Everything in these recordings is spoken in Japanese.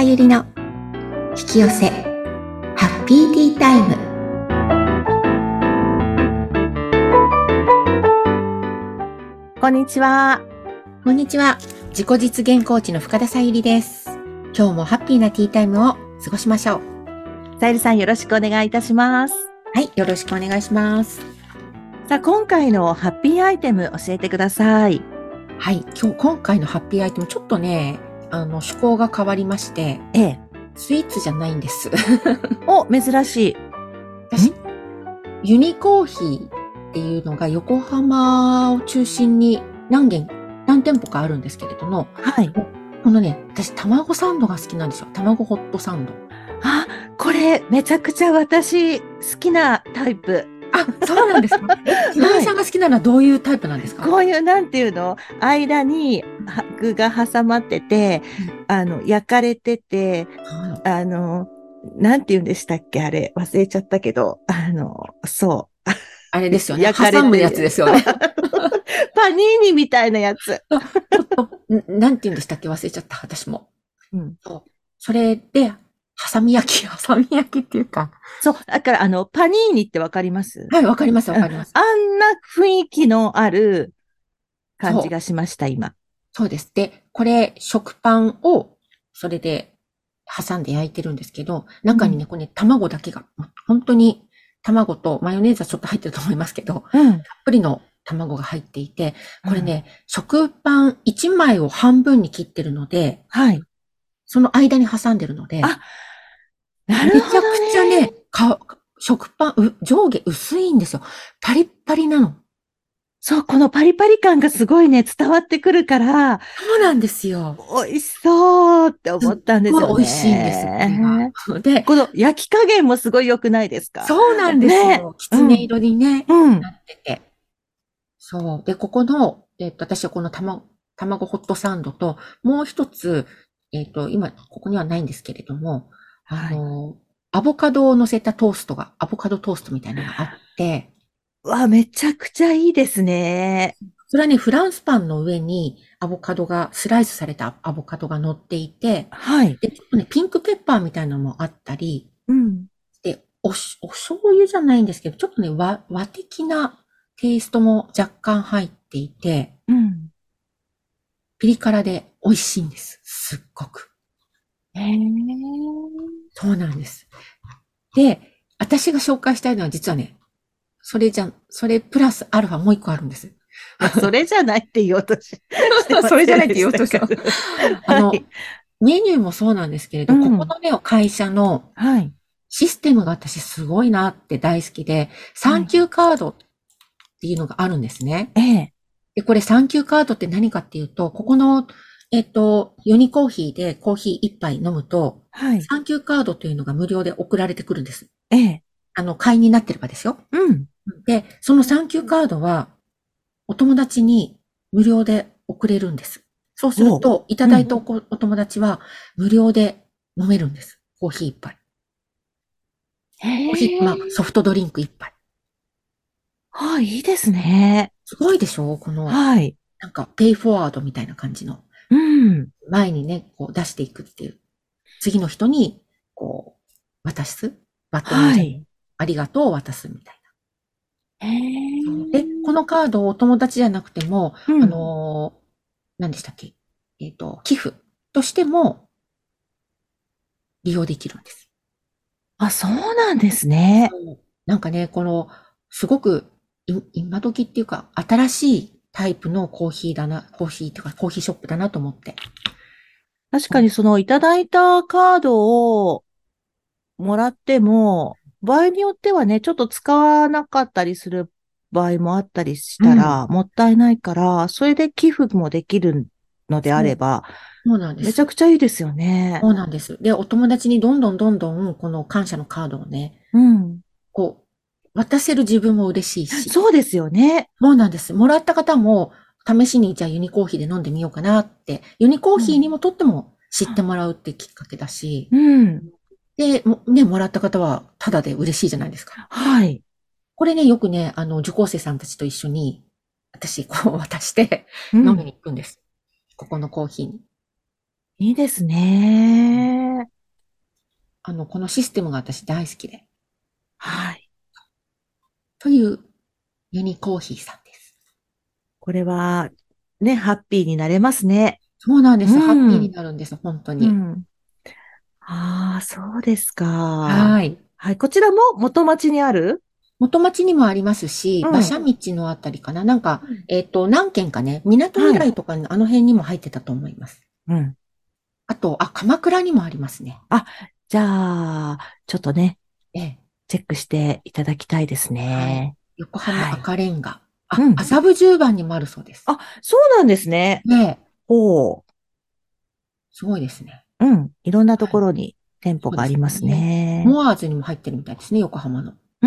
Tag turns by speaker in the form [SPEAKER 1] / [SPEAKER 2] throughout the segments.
[SPEAKER 1] ゆりの引き寄せハッピーティータイム。
[SPEAKER 2] こんにちは。
[SPEAKER 1] こんにちは。自己実現コーチの深田さゆりです。今日もハッピーなティータイムを過ごしましょう。
[SPEAKER 2] さゆりさん、よろしくお願いいたします。
[SPEAKER 1] はい、よろしくお願いします。
[SPEAKER 2] さあ、今回のハッピーアイテム教えてください。
[SPEAKER 1] はい、今回のハッピーアイテムちょっとね、趣向が変わりまして、スイーツじゃないんです。
[SPEAKER 2] お、珍しい。
[SPEAKER 1] 私、ユニコーヒーっていうのが横浜を中心に何店舗かあるんですけれども、
[SPEAKER 2] はい。
[SPEAKER 1] このね、私卵サンドが好きなんですよ。卵ホットサンド。
[SPEAKER 2] あ、これめちゃくちゃ私好きなタイプ。
[SPEAKER 1] あ、そうなんですか。ひなみさんが好きなのはどういうタイプなんですか？
[SPEAKER 2] こういう、なんていうの、間に具が挟まってて、焼かれてて、なんていうんでしたっけ、あれ、忘れちゃったけど、そう。
[SPEAKER 1] あれですよね。
[SPEAKER 2] 焼かれて
[SPEAKER 1] 挟むやつですよね。
[SPEAKER 2] パニーニみたいなやつ。
[SPEAKER 1] なんて言うんでしたっけ？忘れちゃった、私も。
[SPEAKER 2] うん。
[SPEAKER 1] それで、挟み焼きっていうか。
[SPEAKER 2] そう。だから、パニーニってわかります？
[SPEAKER 1] はい、わかります、わかります。
[SPEAKER 2] あんな雰囲気のある感じ
[SPEAKER 1] そう。
[SPEAKER 2] がしました、今。
[SPEAKER 1] そうです。で、これ、食パンを、それで挟んで焼いてるんですけど、中にね、これね、卵だけが、本当に卵とマヨネーズはちょっと入ってると思いますけど、たっぷりの卵が入っていて、これね、食パン1枚を半分に切ってるので、
[SPEAKER 2] はい。
[SPEAKER 1] その間に挟んでるので、
[SPEAKER 2] あ、な
[SPEAKER 1] め
[SPEAKER 2] るほ
[SPEAKER 1] ちゃくちゃ
[SPEAKER 2] どね。
[SPEAKER 1] ね、食パン、上下薄いんですよ。パリッパリなの。
[SPEAKER 2] そう、このパリパリ感がすごいね、伝わってくるから、
[SPEAKER 1] そうなんですよ。
[SPEAKER 2] 美味しそうって
[SPEAKER 1] すっ
[SPEAKER 2] 思ったんですよ
[SPEAKER 1] ごい美味しいんです、これが。
[SPEAKER 2] ね。
[SPEAKER 1] で、
[SPEAKER 2] この焼き加減もすごい良くないですか？
[SPEAKER 1] そうなんです
[SPEAKER 2] ね。
[SPEAKER 1] よ。きつね色にね、
[SPEAKER 2] うん。
[SPEAKER 1] なってて。そう。で、ここの、私はこの卵ホットサンドと、もう一つ、今、ここにはないんですけれども、
[SPEAKER 2] はい。
[SPEAKER 1] アボカドを乗せたアボカドトーストみたいなのがあって、
[SPEAKER 2] わ、めちゃくちゃいいですね。
[SPEAKER 1] それはね、フランスパンの上にスライスされたアボカドが乗っていて、
[SPEAKER 2] はい。
[SPEAKER 1] で、ちょっとね、ピンクペッパーみたいなのもあったり、
[SPEAKER 2] うん。
[SPEAKER 1] で、お醤油じゃないんですけど、ちょっとね、和的なテイストも若干入っていて、
[SPEAKER 2] うん。
[SPEAKER 1] ピリ辛で美味しいんです。すっごく。
[SPEAKER 2] へえ。
[SPEAKER 1] そうなんです。で、私が紹介したいのは実はね、それプラスアルファもう一個あるんです。
[SPEAKER 2] それじゃないって言おうとしてま
[SPEAKER 1] それじゃないっ
[SPEAKER 2] せんで
[SPEAKER 1] て言おうとした。
[SPEAKER 2] したか？
[SPEAKER 1] あの、
[SPEAKER 2] はい。
[SPEAKER 1] メニューもそうなんですけれど、ここ
[SPEAKER 2] うん。
[SPEAKER 1] のね、会社の
[SPEAKER 2] はい。
[SPEAKER 1] システムが私すごいなって大好きで、サ
[SPEAKER 2] はい。
[SPEAKER 1] ンキューカードっていうのがあるんですね。
[SPEAKER 2] ええ。
[SPEAKER 1] で、これサンキューカードって何かっていうと、ここの、ユニコーヒーでコーヒー一杯飲むと、
[SPEAKER 2] はい。
[SPEAKER 1] サンキューカードというのが無料で送られてくるんです。
[SPEAKER 2] ええ。
[SPEAKER 1] 会員になってればですよ。
[SPEAKER 2] うん。
[SPEAKER 1] で、そのサンキューカードは、お友達に無料で送れるんです。そうする
[SPEAKER 2] おう。
[SPEAKER 1] と、いた
[SPEAKER 2] うん。
[SPEAKER 1] だいたお友達は無料で飲めるんです。コーヒー一杯。
[SPEAKER 2] へ
[SPEAKER 1] コーヒー、まあ、
[SPEAKER 2] え。
[SPEAKER 1] ソフトドリンク一杯。
[SPEAKER 2] あ、いいですね。
[SPEAKER 1] すごいでしょこの、
[SPEAKER 2] はい。
[SPEAKER 1] なんか、ペイフォワードみたいな感じの、
[SPEAKER 2] うん。
[SPEAKER 1] 前にね、こう出していくっていう。次の人に、こう、渡す。バトンじゃない。
[SPEAKER 2] はい。
[SPEAKER 1] ありがとうを渡すみたい
[SPEAKER 2] へ
[SPEAKER 1] な。そうで、
[SPEAKER 2] え。
[SPEAKER 1] このカードをお友達じゃなくても、
[SPEAKER 2] うん。
[SPEAKER 1] 何でしたっけ？寄付としても利用できるんです。
[SPEAKER 2] あ、そうなんですね。
[SPEAKER 1] そう。なんかね、すごく、今時っていうか、新しいタイプのコーヒーっていうか、コーヒーショップだなと思って。
[SPEAKER 2] 確かにそのいただいたカードをもらっても、場合によってはね、ちょっと使わなかったりする場合もあったりし
[SPEAKER 1] うん。
[SPEAKER 2] たら、もったいないから、それで寄付もできるのであ
[SPEAKER 1] そう。
[SPEAKER 2] れば、
[SPEAKER 1] そうなんです。
[SPEAKER 2] めちゃくちゃいいですよね。
[SPEAKER 1] そうなんです。で、お友達にどんどんどんどん、この感謝のカードをね、
[SPEAKER 2] うん。
[SPEAKER 1] こ渡せる自分も嬉しいし。
[SPEAKER 2] そうですよね。
[SPEAKER 1] そうなんです。もらった方も、試しにじゃあユニコーヒーで飲んでみようかなって、ユニコー
[SPEAKER 2] うん。
[SPEAKER 1] ヒーにもとっても知ってもらうってきっかけだし、
[SPEAKER 2] うん。
[SPEAKER 1] で、もらった方はタダで嬉しいじゃないですか。
[SPEAKER 2] はい。
[SPEAKER 1] これね、よくね、受講生さんたちと一緒に、私、こう渡して飲み
[SPEAKER 2] うん。
[SPEAKER 1] に行くんです。ここのコーヒーに。
[SPEAKER 2] いいですね。
[SPEAKER 1] このシステムが私大好きで。
[SPEAKER 2] はい。
[SPEAKER 1] というユニコーヒーさんです。
[SPEAKER 2] これは、ね、ハッピーになれますね。
[SPEAKER 1] そうなんで
[SPEAKER 2] う
[SPEAKER 1] す。ハッピーに
[SPEAKER 2] ん。
[SPEAKER 1] なるんです。本当に。
[SPEAKER 2] うん。ああ、そうですか。
[SPEAKER 1] はい。
[SPEAKER 2] はい。こちらも元町にある。
[SPEAKER 1] 元町にもありますし、馬
[SPEAKER 2] うん。
[SPEAKER 1] 車道のあたりかな。なんか、
[SPEAKER 2] うん。
[SPEAKER 1] 何軒かね、港未
[SPEAKER 2] はい。
[SPEAKER 1] 来とかあの辺にも入ってたと思います。
[SPEAKER 2] うん。
[SPEAKER 1] あと、鎌倉にもありますね。
[SPEAKER 2] あ、じゃあ、ちょっとね、
[SPEAKER 1] ええ。
[SPEAKER 2] チェックしていただきたいです
[SPEAKER 1] はい。
[SPEAKER 2] ね。
[SPEAKER 1] 横浜
[SPEAKER 2] はい。
[SPEAKER 1] 赤レンガ。
[SPEAKER 2] うん。
[SPEAKER 1] 麻布十番にもあるそうです。
[SPEAKER 2] あ、そうなんですね。
[SPEAKER 1] ねえ。
[SPEAKER 2] ほ
[SPEAKER 1] すごいですね。
[SPEAKER 2] う。うん。いろんなと
[SPEAKER 1] はい。
[SPEAKER 2] ころに店舗
[SPEAKER 1] そうです
[SPEAKER 2] があります
[SPEAKER 1] ね。
[SPEAKER 2] ね。
[SPEAKER 1] モアーズにも入ってるみたいですね、横浜の。
[SPEAKER 2] うん。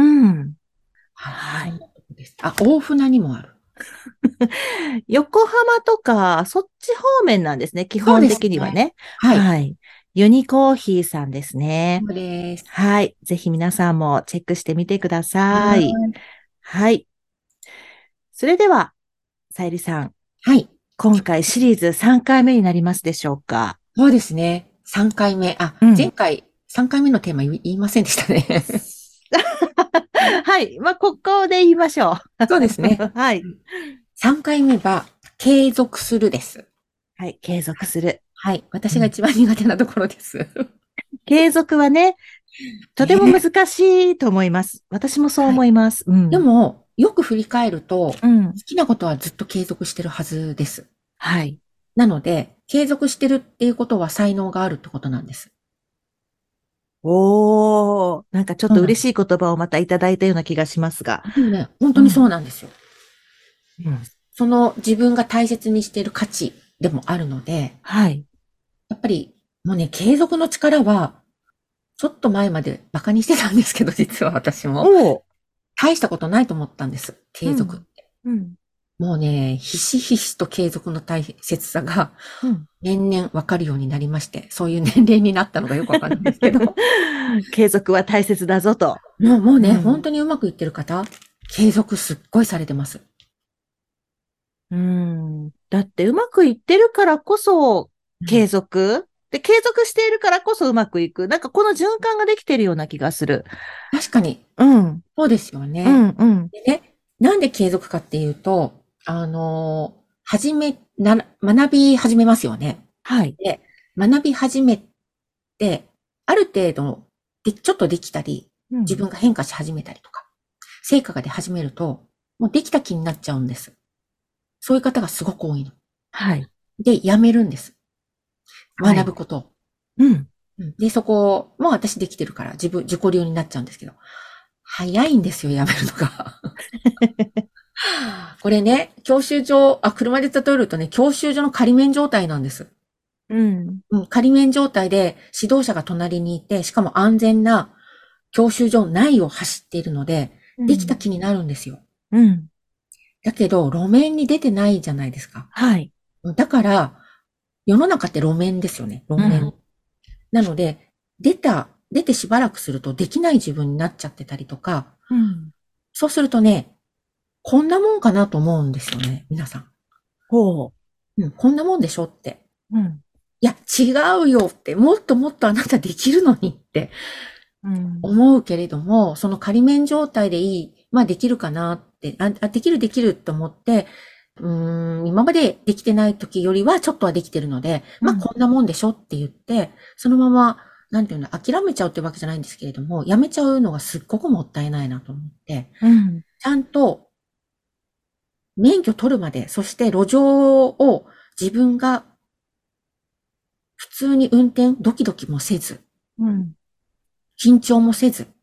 [SPEAKER 1] はい。
[SPEAKER 2] はい。
[SPEAKER 1] そんなとこです。大船にもある。
[SPEAKER 2] 横浜とか、そっち方面なんですね。基
[SPEAKER 1] そう
[SPEAKER 2] 本
[SPEAKER 1] ですね。
[SPEAKER 2] 的にはね。
[SPEAKER 1] はい。
[SPEAKER 2] はい。ユニコーヒーさんですね。
[SPEAKER 1] そうです。
[SPEAKER 2] はい。ぜひ皆さんもチェックしてみてください。
[SPEAKER 1] は
[SPEAKER 2] はい。それでは、さゆりさん、
[SPEAKER 1] い。はい。
[SPEAKER 2] 今回シリーズ3回目になりますでしょうか？
[SPEAKER 1] そうですね。3回目。
[SPEAKER 2] うん。
[SPEAKER 1] 前回3回目のテーマ言いませんでしたね。
[SPEAKER 2] はい。まあ、ここで言いましょ
[SPEAKER 1] そうですね。
[SPEAKER 2] う。はい。
[SPEAKER 1] 3回目は、継続するです。
[SPEAKER 2] はい。継
[SPEAKER 1] はい。
[SPEAKER 2] 続する。
[SPEAKER 1] はい。
[SPEAKER 2] うん。
[SPEAKER 1] 私が一番苦手なところです。
[SPEAKER 2] 継続はね、とても
[SPEAKER 1] ね。
[SPEAKER 2] 難しいと思います。私もそう
[SPEAKER 1] はい。
[SPEAKER 2] 思います。うん。
[SPEAKER 1] でも、よく振り返ると、好
[SPEAKER 2] うん。
[SPEAKER 1] きなことはずっと継続してるはずです。
[SPEAKER 2] はい。
[SPEAKER 1] なので、継続してるっていうことは才能があるってことなんです。
[SPEAKER 2] おー、なんかちょっと嬉し
[SPEAKER 1] そうなんです。
[SPEAKER 2] い言葉をまたいただいたような気がしますが。
[SPEAKER 1] でもね、本当にそ
[SPEAKER 2] うん。
[SPEAKER 1] うなんですよ。
[SPEAKER 2] うん。
[SPEAKER 1] その自分が大切にしている価値でもあるので、
[SPEAKER 2] はい。
[SPEAKER 1] やっぱりもうね、継続の力は、ちょっと前まで馬鹿にしてたんですけど、実は私も。
[SPEAKER 2] おー。
[SPEAKER 1] 大したことないと思ったんです。継続。
[SPEAKER 2] うん。うん。
[SPEAKER 1] もうね、ひしひしと継続の大切さが
[SPEAKER 2] うん。
[SPEAKER 1] 年々わかるようになりまして、そういう年齢になったのがよくわかるんですけど。
[SPEAKER 2] 継続は大切だぞと。
[SPEAKER 1] もうね、本
[SPEAKER 2] うん。
[SPEAKER 1] 当にうまくいってる方、継続すっごいされてます。
[SPEAKER 2] うん。だってうまくいってるからこそ継
[SPEAKER 1] うん、
[SPEAKER 2] 続で、継続しているからこそうまくいく。なんかこの循環ができてるような気がする。
[SPEAKER 1] 確かに、
[SPEAKER 2] うん。
[SPEAKER 1] そうですよね。
[SPEAKER 2] うん。うん。
[SPEAKER 1] でね、なんで継続かっていうと、学び始めますよね。
[SPEAKER 2] はい。
[SPEAKER 1] で、学び始めて、ある程度ちょっとできたり、
[SPEAKER 2] うん。
[SPEAKER 1] 自分が変化し始めたりとか、成果が出始めると、もうできた気になっちゃうんです。そういう方がすごく多いの。
[SPEAKER 2] はい。
[SPEAKER 1] で、やめるんです。
[SPEAKER 2] はい。
[SPEAKER 1] 学ぶことを。
[SPEAKER 2] うん。
[SPEAKER 1] で、そこも私できてるから自己流になっちゃうんですけど、早いんですよ、やめるのが。これね、教習所、車で例えるとね、教習所の仮免状態なんです。
[SPEAKER 2] うん。
[SPEAKER 1] 仮免状態で指導者が隣にいて、しかも安全な教習所内を走っているので、できた
[SPEAKER 2] うん。
[SPEAKER 1] 気になるんですよ。
[SPEAKER 2] うん。
[SPEAKER 1] だけど、路面に出てないじゃないですか。
[SPEAKER 2] はい。
[SPEAKER 1] だから、世の中って路面ですよね。路面。
[SPEAKER 2] うん。
[SPEAKER 1] なので、出てしばらくするとできない自分になっちゃってたりとか、
[SPEAKER 2] うん。
[SPEAKER 1] そうするとね、こんなもんかなと思うんですよね、皆さん。
[SPEAKER 2] ほ
[SPEAKER 1] こんなもんでしょって。
[SPEAKER 2] う。うん。
[SPEAKER 1] いや、違うよって、もっともっとあなたできるのにって
[SPEAKER 2] うん。
[SPEAKER 1] 思うけれども、その仮免状態でいい、まあできるかなって、できるできると思って、今までできてない時よりはちょっとはできてるので、まあ
[SPEAKER 2] うん。
[SPEAKER 1] こんなもんでしょって言って、そのまま、なんていうの、諦めちゃうってわけじゃないんですけれども、やめちゃうのがすっごくもったいないなと思って、
[SPEAKER 2] うん。
[SPEAKER 1] ちゃんと免許取るまで、そして路上を自分が普通に運転、ドキドキもせず、
[SPEAKER 2] うん。
[SPEAKER 1] 緊張もせず、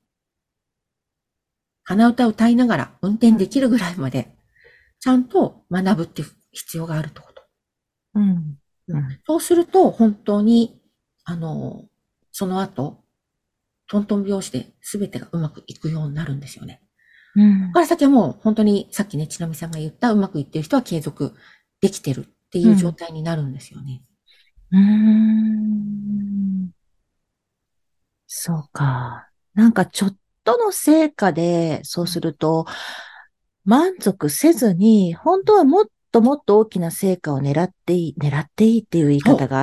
[SPEAKER 1] 鼻歌歌いながら運転できるぐらいまで、ちゃんと学ぶっていう必要があるってこと。
[SPEAKER 2] うん。うん。
[SPEAKER 1] そうすると、本当に、あの、その後、トントン拍子で全てがうまくいくようになるんですよね。
[SPEAKER 2] うん。
[SPEAKER 1] ここから先はもう本当にさっきね、ちなみさんが言ったうまくいってる人は継続できてるっていう状
[SPEAKER 2] うん。
[SPEAKER 1] 態になるんですよね。
[SPEAKER 2] うーん。そうか。なんかちょっとの成果で、そうすると、満足せずに、本当はもっともっと大きな成果を狙っていいっていう言い
[SPEAKER 1] そう。
[SPEAKER 2] 方が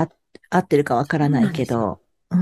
[SPEAKER 2] 合ってるかわから
[SPEAKER 1] そう
[SPEAKER 2] ない
[SPEAKER 1] なんですよ。
[SPEAKER 2] けど。うん。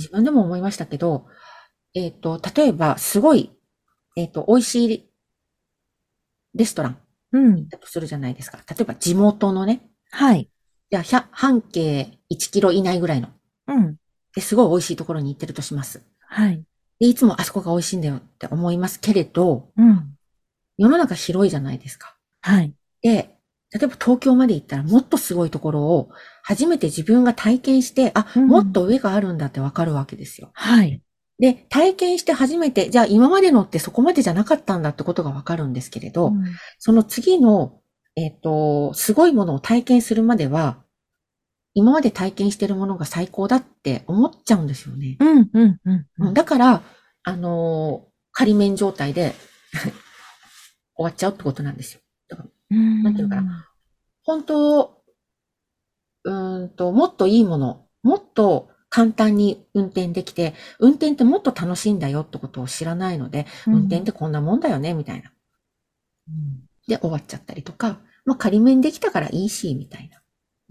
[SPEAKER 1] 自分でも思いましたけど、例えば、すごい、美味しいレストラン
[SPEAKER 2] うん。
[SPEAKER 1] 行ったとするじゃないですか。例えば、地元のね、
[SPEAKER 2] はい。
[SPEAKER 1] じゃあ、半径1キロ以内ぐらいの、
[SPEAKER 2] うん。
[SPEAKER 1] で、すごい美味しいところに行ってるとします。
[SPEAKER 2] はい。
[SPEAKER 1] で、いつもあそこが美味しいんだよって思いますけれど、
[SPEAKER 2] うん。
[SPEAKER 1] 世の中広いじゃないですか。
[SPEAKER 2] はい。
[SPEAKER 1] で、例えば東京まで行ったらもっとすごいところを初めて自分が体験して、あ、もっ
[SPEAKER 2] うん。
[SPEAKER 1] と上があるんだってわかるわけですよ。
[SPEAKER 2] はい。
[SPEAKER 1] で、体験して初めて、じゃあ今までのってそこまでじゃなかったんだってことがわかるんですけれど、
[SPEAKER 2] うん。
[SPEAKER 1] その次の、すごいものを体験するまでは、今まで体験しているものが最高だって思っちゃうんですよね。
[SPEAKER 2] うん。うん。うん。うん。
[SPEAKER 1] だから、仮免状態で終わっちゃうってことなんですよ。だから
[SPEAKER 2] う
[SPEAKER 1] なんていうのかな。
[SPEAKER 2] ん。
[SPEAKER 1] 本当、もっといいもの、もっと簡単に運転できて、運転ってもっと楽しいんだよってことを知らないので、運転っ
[SPEAKER 2] うん。
[SPEAKER 1] てこんなもんだよね、みたいな。
[SPEAKER 2] うん。
[SPEAKER 1] で終わっちゃったりとか、まあ仮免できたからいいし、みたいな。
[SPEAKER 2] うん。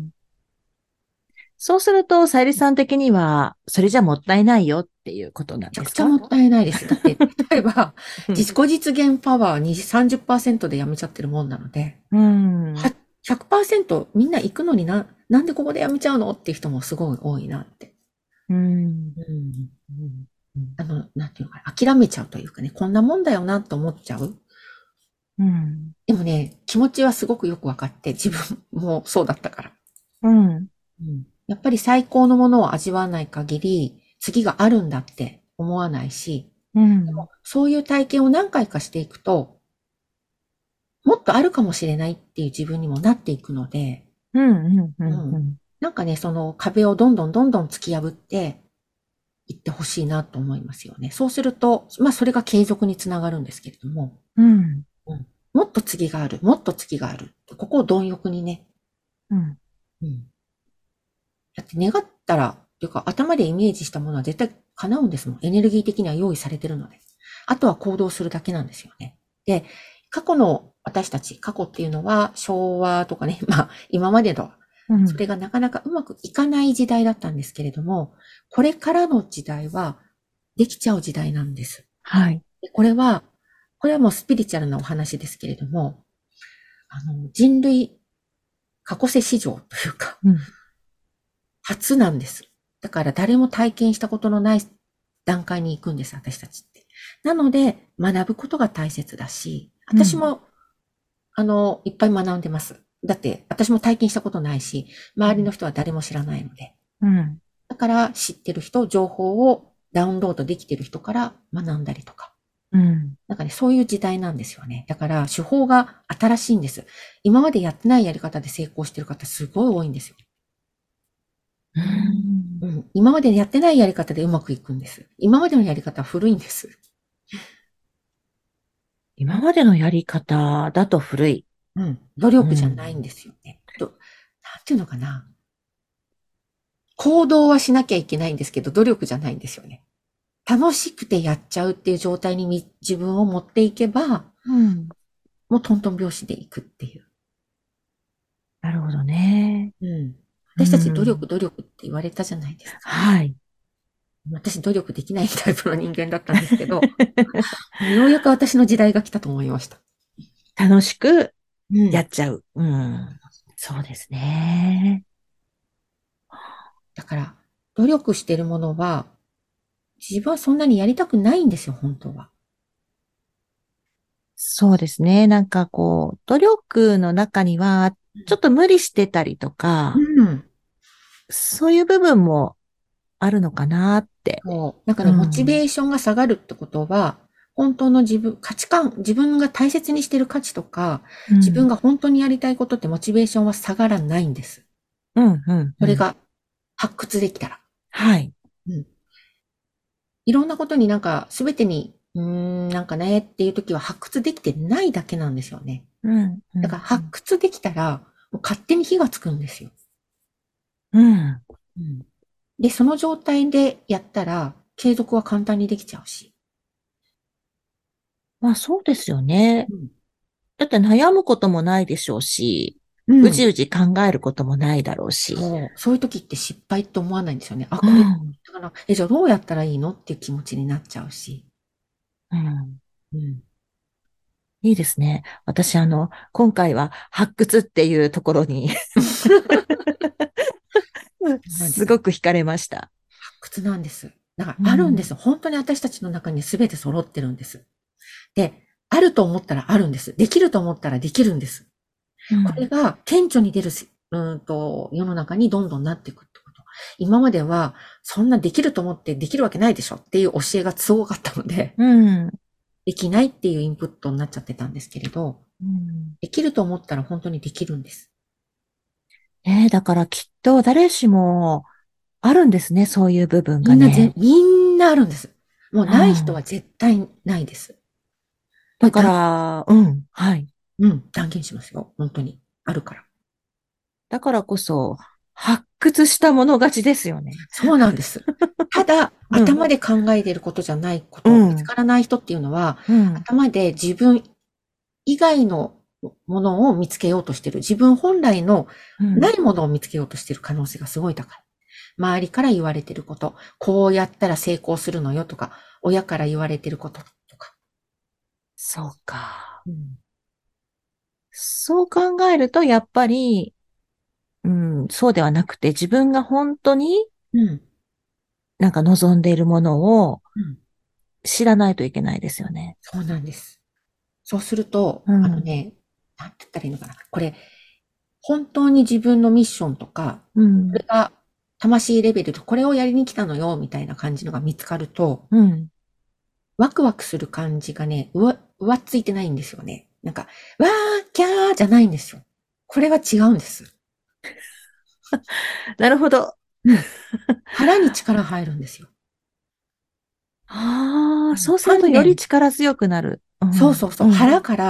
[SPEAKER 2] そうすると、さゆりさん的には、それじゃもったいないよっていうことなん
[SPEAKER 1] めちゃ
[SPEAKER 2] ですか？
[SPEAKER 1] くちゃもったいないです。だって、例えば、
[SPEAKER 2] うん。
[SPEAKER 1] 自己実現パワーに30%でやめちゃってるもんなので、
[SPEAKER 2] うん。
[SPEAKER 1] は100%みんな行くのになんでここでやめちゃうのっていう人もすごい多いなって。
[SPEAKER 2] うん。
[SPEAKER 1] うん。
[SPEAKER 2] うん。
[SPEAKER 1] なんていうのかな、諦めちゃうというかね、こんなもんだよなと思っちゃう。
[SPEAKER 2] うん。
[SPEAKER 1] でもね、気持ちはすごくよくわかって、自分もそうだったから。
[SPEAKER 2] うん。
[SPEAKER 1] うん。やっぱり最高のものを味わわない限り、次があるんだって思わないし、
[SPEAKER 2] うん。
[SPEAKER 1] そういう体験を何回かしていくと、もっとあるかもしれないっていう自分にもなっていくので、
[SPEAKER 2] うん。うん。う
[SPEAKER 1] う
[SPEAKER 2] ん。う
[SPEAKER 1] ん。
[SPEAKER 2] ん。
[SPEAKER 1] なんかね、その壁をどんどんどんどん突き破っていってほしいなと思いますよね。そうすると、まあそれが継続につながるんですけれども、
[SPEAKER 2] うん。
[SPEAKER 1] うん。もっと次がある、もっと次がある。ここを貪欲にね。
[SPEAKER 2] うん。
[SPEAKER 1] うん。だって願ったら、というか頭でイメージしたものは絶対叶うんですもん。エネルギー的には用意されてるので。あとは行動するだけなんですよね。で、過去の私たち、過去っていうのは昭和とかね、まあ今までの、
[SPEAKER 2] うん。
[SPEAKER 1] それがなかなかうまくいかない時代だったんですけれども、これからの時代はできちゃう時代なんです。
[SPEAKER 2] はい。
[SPEAKER 1] でこれはもうスピリチュアルなお話ですけれども、人類過去世史上というか、
[SPEAKER 2] うん。
[SPEAKER 1] 初なんです。だから誰も体験したことのない段階に行くんです、私たちって。なので、学ぶことが大切だし、
[SPEAKER 2] うん。
[SPEAKER 1] 私も、いっぱい学んでます。だって、私も体験したことないし、周りの人は誰も知らないので。
[SPEAKER 2] うん。
[SPEAKER 1] だから知ってる人、情報をダウンロードできてる人から学んだりとか。
[SPEAKER 2] うん。
[SPEAKER 1] なんかね、そういう時代なんですよね。だから手法が新しいんです。今までやってないやり方で成功してる方すごい多いんですよ。
[SPEAKER 2] うん。
[SPEAKER 1] うん。今までやってないやり方でうまくいくんです。今までのやり方は古いんです。
[SPEAKER 2] 今までのやり方だと古い。
[SPEAKER 1] うん。努
[SPEAKER 2] う
[SPEAKER 1] 力じゃないん
[SPEAKER 2] ん。
[SPEAKER 1] ですよね。なんていうのかな。行動はしなきゃいけないんですけど、努力じゃないんですよね。楽しくてやっちゃうっていう状態に自分を持っていけば、
[SPEAKER 2] うん。
[SPEAKER 1] もうトントン拍子でいくっていう。
[SPEAKER 2] なるほどね。
[SPEAKER 1] うん。
[SPEAKER 2] う
[SPEAKER 1] 私たち努力
[SPEAKER 2] ん。
[SPEAKER 1] 努力って言われたじゃないですか。
[SPEAKER 2] はい。
[SPEAKER 1] 私努力できないタイプの人間だったんですけど、ようやく私の時代が来たと思いました。
[SPEAKER 2] 楽しく
[SPEAKER 1] うん。
[SPEAKER 2] やっちゃう。うん。そうですね。
[SPEAKER 1] だから、努力してるものは、自分はそんなにやりたくないんですよ、本当は。
[SPEAKER 2] そうですね。なんかこう、努力の中には、ちょっと無理してたりとか、
[SPEAKER 1] うん。
[SPEAKER 2] そういう部分もあるのかなって。
[SPEAKER 1] そう。なんか
[SPEAKER 2] う
[SPEAKER 1] ね、モチ
[SPEAKER 2] ん。
[SPEAKER 1] ベーションが下がるってことは、本当の価値観、自分が大切にしてる価値とか、自分
[SPEAKER 2] うん。
[SPEAKER 1] が本当にやりたいことってモチベーションは下がらないんです。
[SPEAKER 2] うん、うん、うん。
[SPEAKER 1] それが発掘できたら。
[SPEAKER 2] はい。
[SPEAKER 1] うん。いろんなことになんか、すべてに、なんかねっていう時は発掘できてないだけなんですよね。
[SPEAKER 2] うん、う
[SPEAKER 1] だから
[SPEAKER 2] ん、
[SPEAKER 1] 発掘できたら、もう勝手に火がつくんですよ。
[SPEAKER 2] うん。
[SPEAKER 1] うん。で、その状態でやったら、継続は簡単にできちゃうし。
[SPEAKER 2] まあそうですよね。
[SPEAKER 1] うん。
[SPEAKER 2] だって悩むこともないでしょうし。 う
[SPEAKER 1] うん。
[SPEAKER 2] じうじ考えることもないだろうし。
[SPEAKER 1] そう。そういう時って失敗って思わないんですよね。あ、
[SPEAKER 2] う
[SPEAKER 1] これ、
[SPEAKER 2] ん。
[SPEAKER 1] だから、じゃあどうやったらいいのっていう気持ちになっちゃうし。
[SPEAKER 2] うん。
[SPEAKER 1] うん。
[SPEAKER 2] いいですね。私、今回は発掘っていうところに
[SPEAKER 1] そうなんです。
[SPEAKER 2] すごく惹かれました。
[SPEAKER 1] 発掘なんです。だから
[SPEAKER 2] うん。
[SPEAKER 1] あるんです。本当に私たちの中に全て揃ってるんです。で、あると思ったらあるんです。できると思ったらできるんです。これ
[SPEAKER 2] うん。
[SPEAKER 1] が顕著に出る世の中にどんどんなっていくってこと。今までは、そんなできると思ってできるわけないでしょっていう教えがすごかったので、
[SPEAKER 2] うん。
[SPEAKER 1] できないっていうインプットになっちゃってたんですけれど、
[SPEAKER 2] うん。
[SPEAKER 1] できると思ったら本当にできるんです。
[SPEAKER 2] だからきっと誰しもあるんですね、そういう部分がね。
[SPEAKER 1] みんなあるんです。もう
[SPEAKER 2] う
[SPEAKER 1] ない人は
[SPEAKER 2] ん。
[SPEAKER 1] 絶対ないです。こ
[SPEAKER 2] だか
[SPEAKER 1] れ
[SPEAKER 2] ら、うん、はい。
[SPEAKER 1] うん、断言しますよ。本当に。あるから。
[SPEAKER 2] だからこそ、発掘したもの勝ちですよね。
[SPEAKER 1] そうなんです。ただ、
[SPEAKER 2] うん、
[SPEAKER 1] 頭で考えていることじゃないこと、見つ
[SPEAKER 2] うん、
[SPEAKER 1] からない人っていうのは、
[SPEAKER 2] うん、
[SPEAKER 1] 頭で自分以外のものを見つけようとしている。自分本来の
[SPEAKER 2] うん。
[SPEAKER 1] ないものを見つけようとしている可能性がすごい高い。周りから言われていること、こうやったら成功するのよとか、親から言われていることとか。
[SPEAKER 2] そうか。
[SPEAKER 1] うん。
[SPEAKER 2] そう考えると、やっぱり、うん、そうではなくて、自分が本当に
[SPEAKER 1] うん。
[SPEAKER 2] なんか望んでいるものを
[SPEAKER 1] うん。
[SPEAKER 2] 知らないといけないですよね。
[SPEAKER 1] そうなんです。そうすると、
[SPEAKER 2] うん、
[SPEAKER 1] なんて言ったらいいのかな。これ、本当に自分のミッションとか、
[SPEAKER 2] うん、
[SPEAKER 1] これが魂レベルでこれをやりに来たのよ、みたいな感じのが見つかると、
[SPEAKER 2] うん。
[SPEAKER 1] ワクワクする感じがね、上っついてないんですよね。なんか、わー、キャーじゃないんですよ。これは違うんです。
[SPEAKER 2] なるほど。
[SPEAKER 1] うん。腹に力入るんですよ。
[SPEAKER 2] ああ、
[SPEAKER 1] うん。
[SPEAKER 2] そうするとより
[SPEAKER 1] 丹田、
[SPEAKER 2] 力強くなる。うん、
[SPEAKER 1] そうそうそう、
[SPEAKER 2] うん、
[SPEAKER 1] 腹から、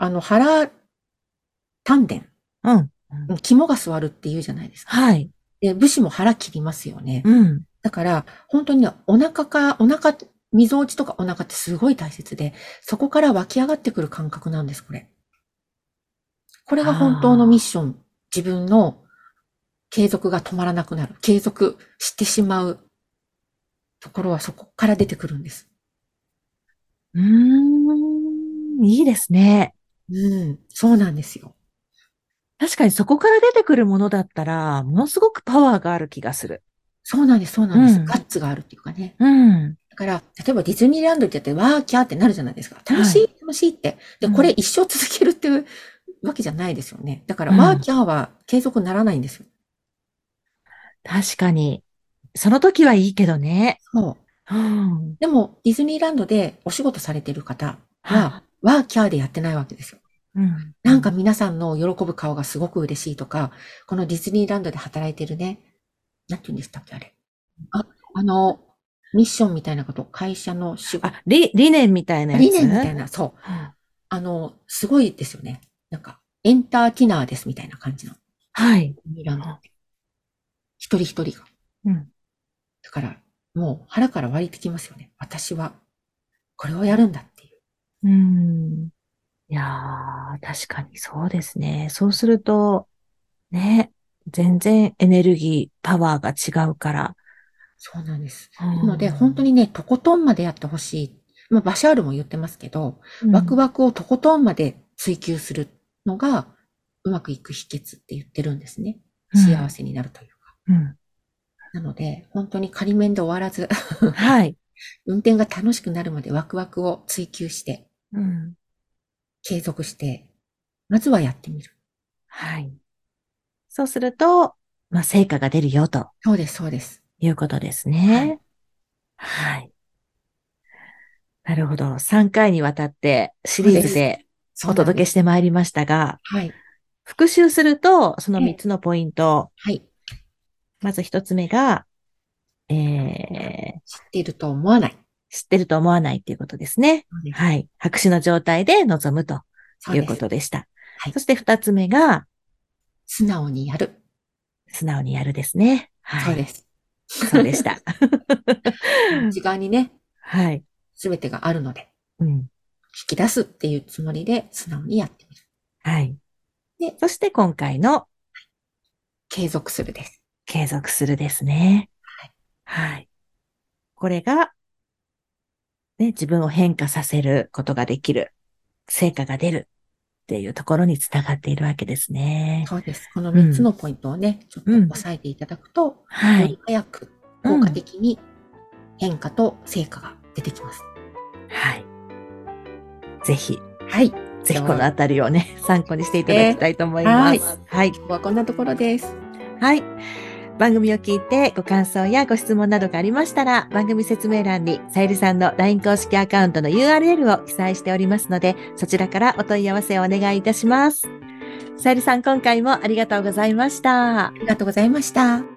[SPEAKER 1] 丹田、
[SPEAKER 2] うん。
[SPEAKER 1] 肝が据わるって言うじゃないですか。
[SPEAKER 2] はい。
[SPEAKER 1] で、武士も腹切りますよね。
[SPEAKER 2] うん。
[SPEAKER 1] だから、本当にね、お腹、溝落ちとかお腹ってすごい大切で、そこから湧き上がってくる感覚なんです、これ。これが本当のミッ
[SPEAKER 2] ああ。
[SPEAKER 1] ション。自分の継続が止まらなくなる。継続してしまうところはそこから出てくるんです。
[SPEAKER 2] うーん、いいですね。
[SPEAKER 1] うん、そうなんですよ。
[SPEAKER 2] 確かにそこから出てくるものだったら、ものすごくパワーがある気がする。
[SPEAKER 1] そうなんです、そうなんです。ガ
[SPEAKER 2] うん、
[SPEAKER 1] ッツがあるっていうかね。
[SPEAKER 2] うん、
[SPEAKER 1] だから、例えばディズニーランドってやって、わーキャーってなるじゃないですか。楽
[SPEAKER 2] はい。
[SPEAKER 1] しい、楽しいって。で、これ
[SPEAKER 2] うん、
[SPEAKER 1] 一生続けるっていうわけじゃないですよね。だから、ワー
[SPEAKER 2] うん。
[SPEAKER 1] キャーは継続ならないんですよ。
[SPEAKER 2] 確かに。その時はいいけどね。
[SPEAKER 1] そう。
[SPEAKER 2] うん。
[SPEAKER 1] でも、ディズニーランドでお仕事されてる方は、
[SPEAKER 2] はあ、
[SPEAKER 1] ワーキャーでやってないわけですよ。
[SPEAKER 2] うん、う
[SPEAKER 1] なんか
[SPEAKER 2] ん。
[SPEAKER 1] 皆さんの喜ぶ顔がすごく嬉しいとか、このディズニーランドで働いてるね、なんて言うんでしたっけ、あれ。あ、あの、ミッションみたいなこと、会社の仕事、
[SPEAKER 2] あ、理念みたいなや
[SPEAKER 1] 理
[SPEAKER 2] つ。
[SPEAKER 1] 念みたいな、そう。すごいですよね。なんか、エンターティナーですみたいな感じの、デ
[SPEAKER 2] はい。
[SPEAKER 1] ィズニーランドって。一人一人が。
[SPEAKER 2] うん。
[SPEAKER 1] だから、もう腹から湧いてきますよね。私は、これをやるんだっていう。
[SPEAKER 2] うん。いやー、確かにそうですね。そうすると、ね、全然エネルギー、パワーが違うから。
[SPEAKER 1] そうなんです。
[SPEAKER 2] う
[SPEAKER 1] なので、本当
[SPEAKER 2] ん。
[SPEAKER 1] にね、とことんまでやってほしい。まあ、バシャールも言ってますけど、ワク
[SPEAKER 2] うん。
[SPEAKER 1] ワクをとことんまで追求するのが、うまくいく秘訣って言ってるんですね。
[SPEAKER 2] うん。
[SPEAKER 1] 幸せになるというか。
[SPEAKER 2] うん。
[SPEAKER 1] なので、本当に仮面で終わらず
[SPEAKER 2] はい。
[SPEAKER 1] 運転が楽しくなるまでワクワクを追求して、
[SPEAKER 2] うん。
[SPEAKER 1] 継続して、まずはやってみる。
[SPEAKER 2] はい。そうすると、まあ、成果が出るよと
[SPEAKER 1] そうです、そうです。
[SPEAKER 2] いうことです
[SPEAKER 1] はい。
[SPEAKER 2] ね。はい。なるほど。3回にわたってシ
[SPEAKER 1] そうです。
[SPEAKER 2] リーズでお届け
[SPEAKER 1] そうなんです。
[SPEAKER 2] してまいりましたが、
[SPEAKER 1] はい。
[SPEAKER 2] 復習すると、その3
[SPEAKER 1] ええ、
[SPEAKER 2] つのポイント。
[SPEAKER 1] はい。
[SPEAKER 2] まず1つ目が、
[SPEAKER 1] 知っていると思わない。
[SPEAKER 2] 知ってると思わないっていうことですね。
[SPEAKER 1] そうです。
[SPEAKER 2] はい。白紙の状態で臨むというこ
[SPEAKER 1] そうです。
[SPEAKER 2] とでした。
[SPEAKER 1] はい。
[SPEAKER 2] そして2つ目が、
[SPEAKER 1] 素直にやる。
[SPEAKER 2] 素直にやるですね。はい。
[SPEAKER 1] そうです。
[SPEAKER 2] そうでした。
[SPEAKER 1] 内側にね、
[SPEAKER 2] はい。
[SPEAKER 1] すべてがあるので、
[SPEAKER 2] うん。
[SPEAKER 1] 引き出すっていうつもりで素直にやってみる。
[SPEAKER 2] はい。
[SPEAKER 1] で、
[SPEAKER 2] そして今回の
[SPEAKER 1] 継続するです。
[SPEAKER 2] 継続するですね。
[SPEAKER 1] はい。
[SPEAKER 2] はい。これが、ね、自分を変化させることができる、成果が出るっていうところにつながっているわけですね。
[SPEAKER 1] そうです。この3つ
[SPEAKER 2] うん。
[SPEAKER 1] のポイントをね、ちょっと
[SPEAKER 2] うん。
[SPEAKER 1] 押さえていただくと、より
[SPEAKER 2] はい。
[SPEAKER 1] 早く効果
[SPEAKER 2] うん。
[SPEAKER 1] 的に変化と成果が出てきます。
[SPEAKER 2] はい。ぜひ、
[SPEAKER 1] はい。
[SPEAKER 2] ぜひこのあたりをね、参考にしていただきたいと思い
[SPEAKER 1] はい。
[SPEAKER 2] ます。はい。
[SPEAKER 1] 今日はこんなところです。
[SPEAKER 2] はい。番組を聞いてご感想やご質問などがありましたら、番組説明欄にさゆりさんの LINE 公式アカウントの URL を記載しておりますので、そちらからお問い合わせをお願いいたします。さゆりさん、今回もありがとうございました。
[SPEAKER 1] ありがとうございました。